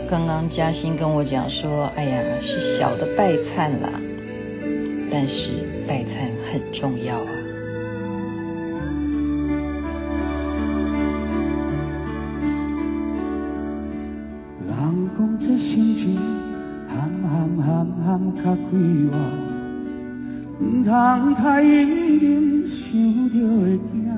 刚刚嘉欣跟我讲说，哎呀，是小的拜忏啦，但是拜忏很重要啊。 人讲这心情含较快活，唔通太认真想着会惊。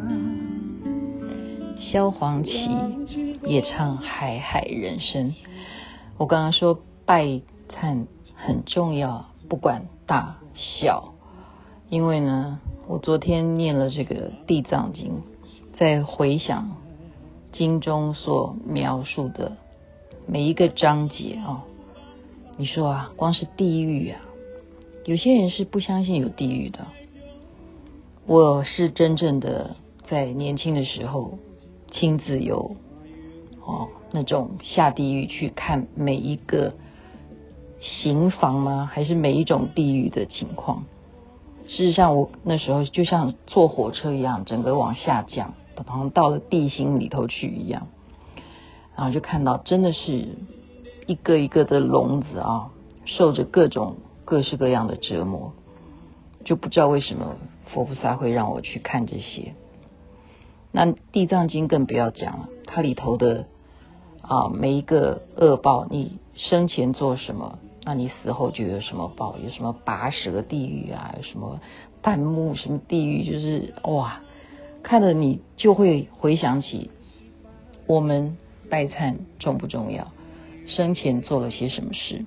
萧煌奇也唱《海海人生》。我刚刚说拜忏很重要，不管大小，因为呢，我昨天念了这个《地藏经》，在回想经中所描述的每一个章节啊，你说啊，光是地狱啊，有些人是不相信有地狱的。我是真正的在年轻的时候亲自有那种下地狱去看每一个刑房吗？还是每一种地狱的情况？事实上，我那时候就像坐火车一样，整个往下降，好像到了地心里头去一样，然后就看到真的是一个一个的聋子啊，受着各种各式各样的折磨，就不知道为什么佛菩萨会让我去看这些。那地藏经更不要讲了，它里头的每一个恶报，你生前做什么，那你死后就有什么报，有什么拔舌地狱啊，有什么弹幕什么地狱，就是哇，看了你就会回想起我们拜忏重不重要，生前做了些什么事。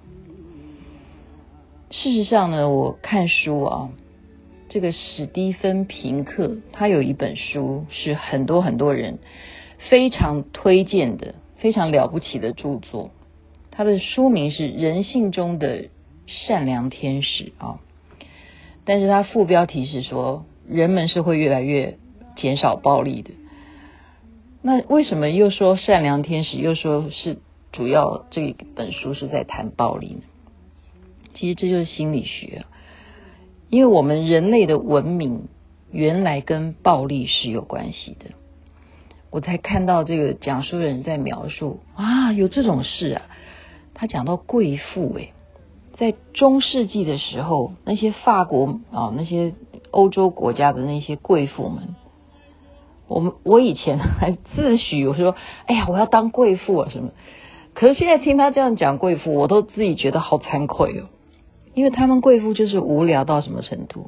事实上呢，我看书啊，这个史蒂芬平克他有一本书是很多很多人非常推荐的，非常了不起的著作，他的书名是人性中的善良天使啊，但是他副标题是说人们是会越来越减少暴力的。那为什么又说善良天使，又说是主要这本书是在谈暴力呢？其实这就是心理学，因为我们人类的文明原来跟暴力是有关系的。我才看到这个讲述人在描述啊，有这种事啊。他讲到贵妇在中世纪的时候，那些法国那些欧洲国家的那些贵妇们，我以前还自诩我说，哎呀，我要当贵妇啊什么。可是现在听他这样讲贵妇，我都自己觉得好惭愧哦。因为他们贵妇就是无聊到什么程度，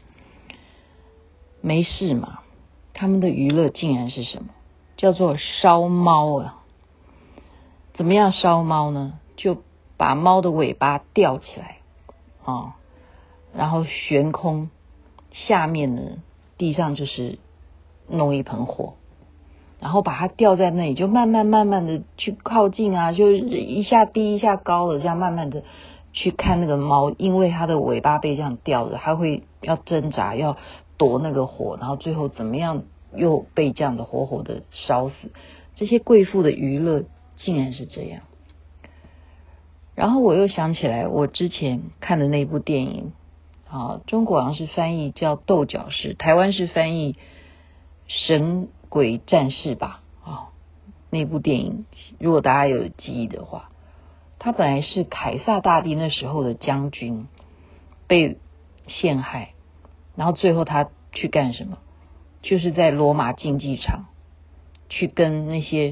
没事嘛，他们的娱乐竟然是什么？叫做烧猫啊！怎么样烧猫呢？就把猫的尾巴吊起来然后悬空，下面呢地上就是弄一盆火，然后把它吊在那里，就慢慢的去靠近啊，就一下低一下高的，这样慢慢的去看那个猫，因为它的尾巴被这样吊着，它会要挣扎，要躲那个火，然后最后怎么样又被这样的活活的烧死。这些贵妇的娱乐竟然是这样。然后我又想起来我之前看的那部电影中国好像是翻译叫斗角士，台湾是翻译神鬼战士吧那部电影如果大家有记忆的话，他本来是凯撒大帝那时候的将军，被陷害，然后最后他去干什么？就是在罗马竞技场去跟那些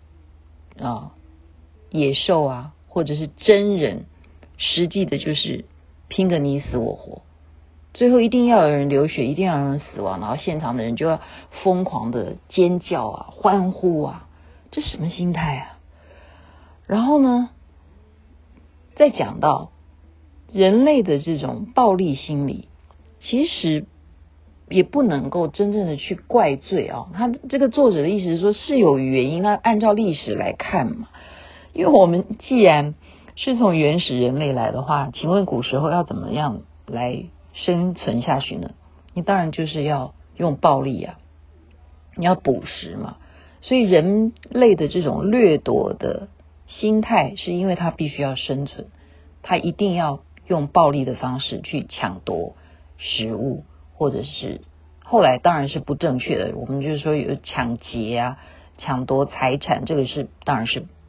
野兽啊，或者是真人，实际的就是拼个你死我活，最后一定要有人流血，一定要有人死亡，然后现场的人就要疯狂的尖叫啊，欢呼啊，这什么心态啊？然后呢，再讲到人类的这种暴力心理，其实也不能够真正的去怪罪他这个作者的意思是说是有原因，他按照历史来看嘛。因为我们既然是从原始人类来的话，请问古时候要怎么样来生存下去呢？你当然就是要用暴力啊，你要捕食嘛。所以人类的这种掠夺的心态，是因为他必须要生存，他一定要用暴力的方式去抢夺食物，或者是后来当然是不正确的，我们就是说有抢劫啊，抢夺财产，这个是当然是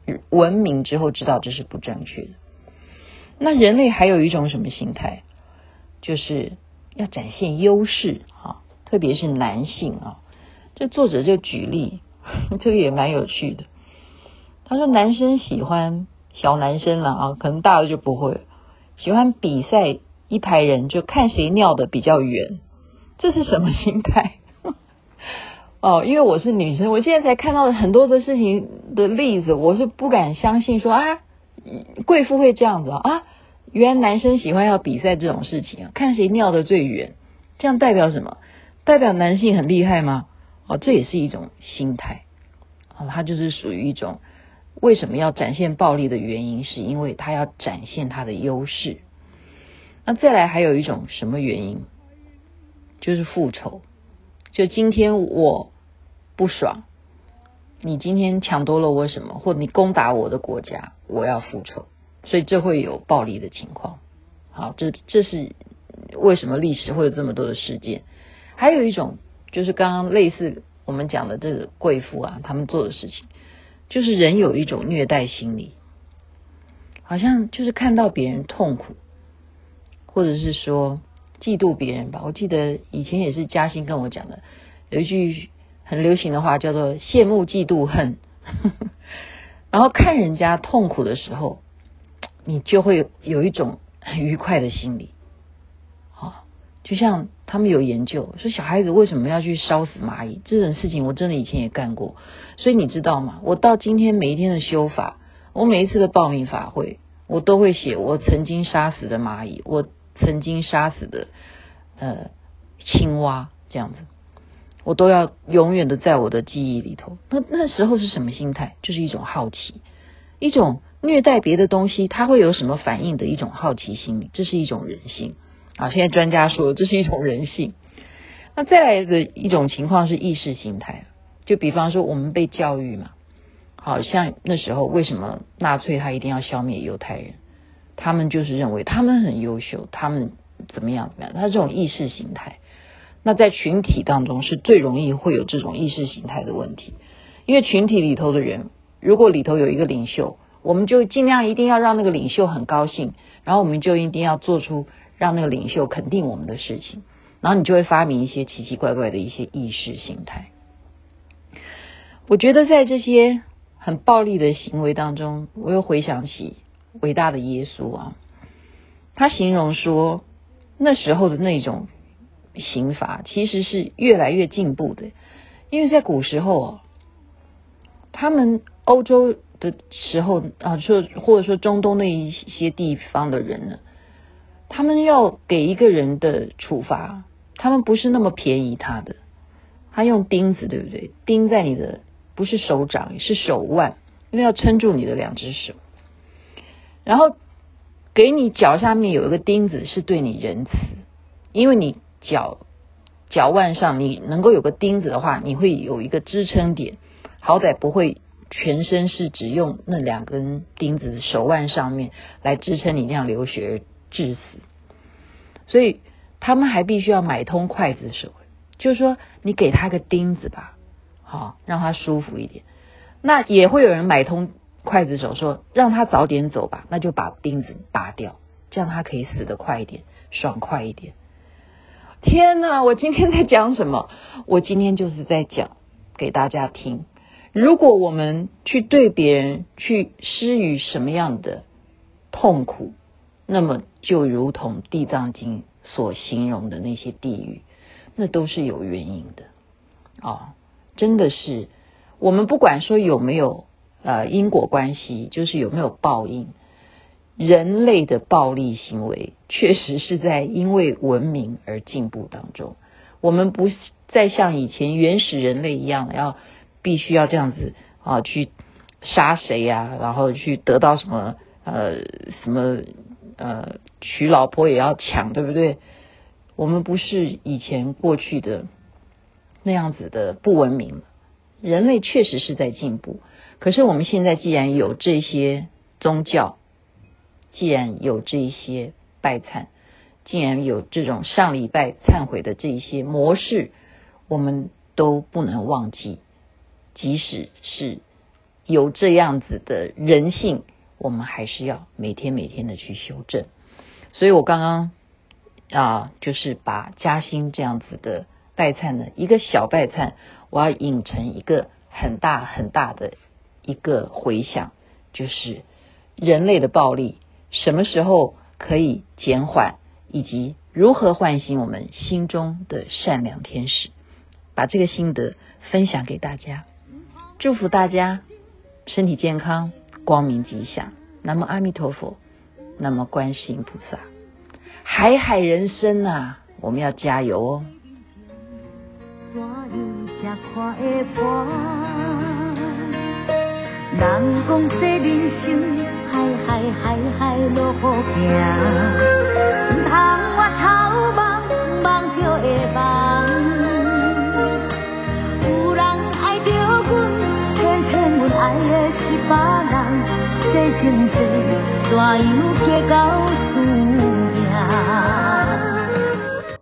文明之后知道这是不正确的。那人类还有一种什么心态？就是要展现优势啊，特别是男性啊。这作者就举例，这个也蛮有趣的。他说男生喜欢小男生了啊，可能大的就不会，喜欢比赛一排人就看谁尿的比较远，这是什么心态？哦，因为我是女生，我现在才看到很多的事情的例子，我是不敢相信说啊，贵妇会这样子啊，原来男生喜欢要比赛这种事情啊，看谁尿得最远，这样代表什么？代表男性很厉害吗？哦，这也是一种心态。哦，它就是属于一种为什么要展现暴力的原因，是因为他要展现他的优势。那再来还有一种什么原因？就是复仇。就今天我不爽，你今天抢夺了我什么，或者你攻打我的国家，我要复仇，所以这会有暴力的情况。好，这是为什么历史会有这么多的事件。还有一种就是刚刚类似我们讲的这个贵妇啊，他们做的事情，就是人有一种虐待心理，好像就是看到别人痛苦，或者是说嫉妒别人吧。我记得以前也是嘉欣跟我讲的，有一句很流行的话叫做羡慕嫉妒恨然后看人家痛苦的时候，你就会有一种很愉快的心理。就像他们有研究说小孩子为什么要去烧死蚂蚁，这种事情我真的以前也干过。所以你知道吗，我到今天每一天的修法，我每一次的报名法会，我都会写我曾经杀死的蚂蚁，我曾经杀死的青蛙，这样子我都要永远的在我的记忆里头。那时候是什么心态？就是一种好奇，一种虐待别的东西它会有什么反应的一种好奇心理，这是一种人性啊。现在专家说这是一种人性。那再来的一种情况是意识形态，就比方说我们被教育嘛，好像那时候为什么纳粹他一定要消灭犹太人，他们就是认为他们很优秀，他们怎么样，他这种意识形态。那在群体当中是最容易会有这种意识形态的问题，因为群体里头的人，如果里头有一个领袖，我们就尽量一定要让那个领袖很高兴，然后我们就一定要做出让那个领袖肯定我们的事情，然后你就会发明一些奇奇怪怪的一些意识形态。我觉得在这些很暴力的行为当中，我又回想起伟大的耶稣啊，他形容说那时候的那种刑罚其实是越来越进步的。因为在古时候啊，他们欧洲的时候啊，或者说中东那一些地方的人呢，他们要给一个人的处罚，他们不是那么便宜他的，他用钉子，对不对？钉在你的不是手掌，是手腕，因为要撑住你的两只手，然后给你脚下面有一个钉子，是对你仁慈，因为你脚腕上你能够有个钉子的话，你会有一个支撑点，好歹不会全身是只用那两根钉子手腕上面来支撑你那样流血而致死。所以他们还必须要买通刽子手，就是说你给他个钉子吧，好让他舒服一点。那也会有人买通刽子手说让他早点走吧，那就把钉子拔掉，这样他可以死得快一点，爽快一点。天哪，我今天在讲什么？我今天就是在讲给大家听，如果我们去对别人去施予什么样的痛苦，那么就如同地藏经所形容的那些地狱，那都是有原因的真的是我们不管说有没有因果关系，就是有没有报应，人类的暴力行为确实是在因为文明而进步当中。我们不再像以前原始人类一样必须要这样子去杀谁然后去得到什么娶老婆也要抢，对不对？我们不是以前过去的那样子的不文明了。人类确实是在进步，可是我们现在既然有这些宗教，既然有这些拜忏，既然有这种上礼拜忏悔的这一些模式，我们都不能忘记，即使是有这样子的人性，我们还是要每天的去修正。所以我刚刚就是把嘉兴这样子的拜忏呢，一个小拜忏，我要引成一个很大的一个回响，就是人类的暴力什么时候可以减缓，以及如何唤醒我们心中的善良天使。把这个心得分享给大家，祝福大家身体健康，光明吉祥。南无阿弥陀佛，南无观世音菩萨。海人生啊，我们要加油哦。 人讲这人生海路好行，唔通我头梦着会梦。有人爱着阮，偏阮爱的是别人。这情债，怎样结到